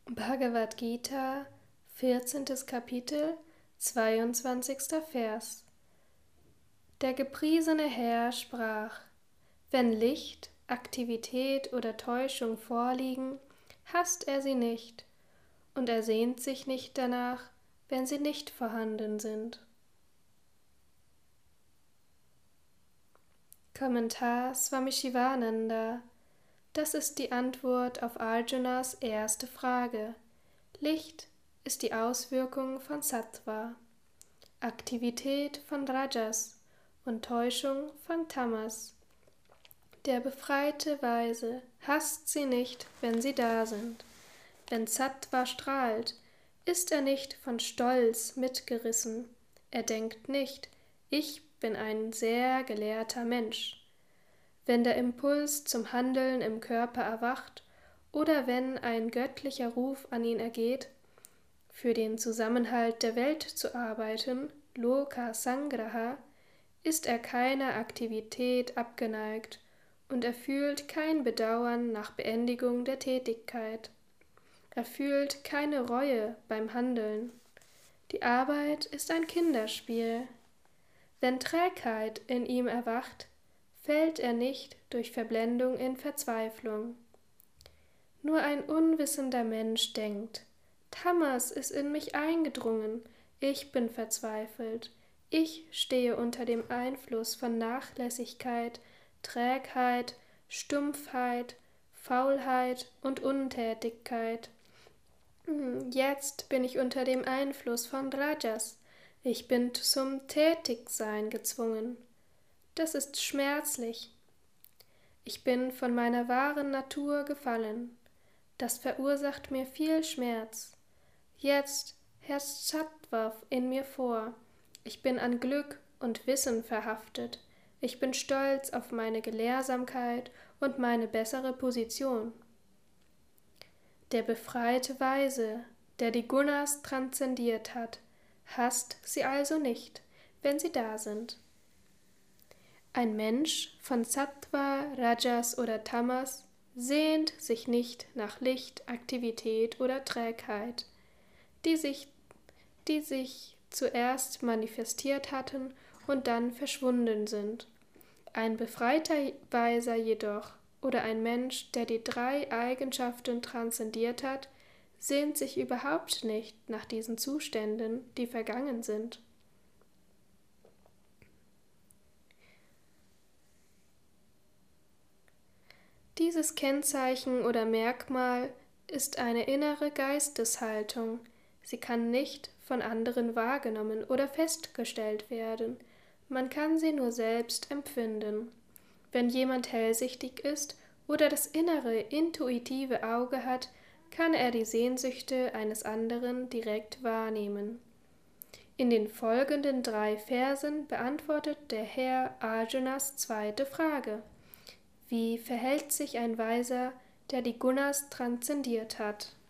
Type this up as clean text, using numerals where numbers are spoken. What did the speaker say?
Bhagavad Gita, 14. Kapitel, 22. Vers. Der gepriesene Herr sprach: Wenn Licht, Aktivität oder Täuschung vorliegen, hasst er sie nicht, und er sehnt sich nicht danach, wenn sie nicht vorhanden sind. Kommentar Swami Shivananda. Das ist die Antwort auf Arjunas erste Frage. Licht ist die Auswirkung von Sattva, Aktivität von Rajas und Täuschung von Tamas. Der befreite Weise hasst sie nicht, wenn sie da sind. Wenn Sattva strahlt, ist er nicht von Stolz mitgerissen. Er denkt nicht, ich bin ein sehr gelehrter Mensch. Wenn der Impuls zum Handeln im Körper erwacht oder wenn ein göttlicher Ruf an ihn ergeht, für den Zusammenhalt der Welt zu arbeiten, Loka Sangraha, ist er keiner Aktivität abgeneigt und er fühlt kein Bedauern nach Beendigung der Tätigkeit. Er fühlt keine Reue beim Handeln. Die Arbeit ist ein Kinderspiel. Wenn Trägheit in ihm erwacht, fällt er nicht durch Verblendung in Verzweiflung. Nur ein unwissender Mensch denkt: Tamas ist in mich eingedrungen, ich bin verzweifelt, ich stehe unter dem Einfluss von Nachlässigkeit, Trägheit, Stumpfheit, Faulheit und Untätigkeit. Jetzt bin ich unter dem Einfluss von Rajas, ich bin zum Tätigsein gezwungen. Das ist schmerzlich. Ich bin von meiner wahren Natur gefallen. Das verursacht mir viel Schmerz. Jetzt herrscht Sattva in mir vor. Ich bin an Glück und Wissen verhaftet. Ich bin stolz auf meine Gelehrsamkeit und meine bessere Position. Der befreite Weise, der die Gunas transzendiert hat, hasst sie also nicht, wenn sie da sind. Ein Mensch von Sattva, Rajas oder Tamas sehnt sich nicht nach Licht, Aktivität oder Trägheit, die sich zuerst manifestiert hatten und dann verschwunden sind. Ein befreiter Weiser jedoch oder ein Mensch, der die drei Eigenschaften transzendiert hat, sehnt sich überhaupt nicht nach diesen Zuständen, die vergangen sind. Dieses Kennzeichen oder Merkmal ist eine innere Geisteshaltung. Sie kann nicht von anderen wahrgenommen oder festgestellt werden. Man kann sie nur selbst empfinden. Wenn jemand hellsichtig ist oder das innere, intuitive Auge hat, kann er die Sehnsüchte eines anderen direkt wahrnehmen. In den folgenden 3 Versen beantwortet der Herr Arjunas zweite Frage. Wie verhält sich ein Weiser, der die Gunas transzendiert hat?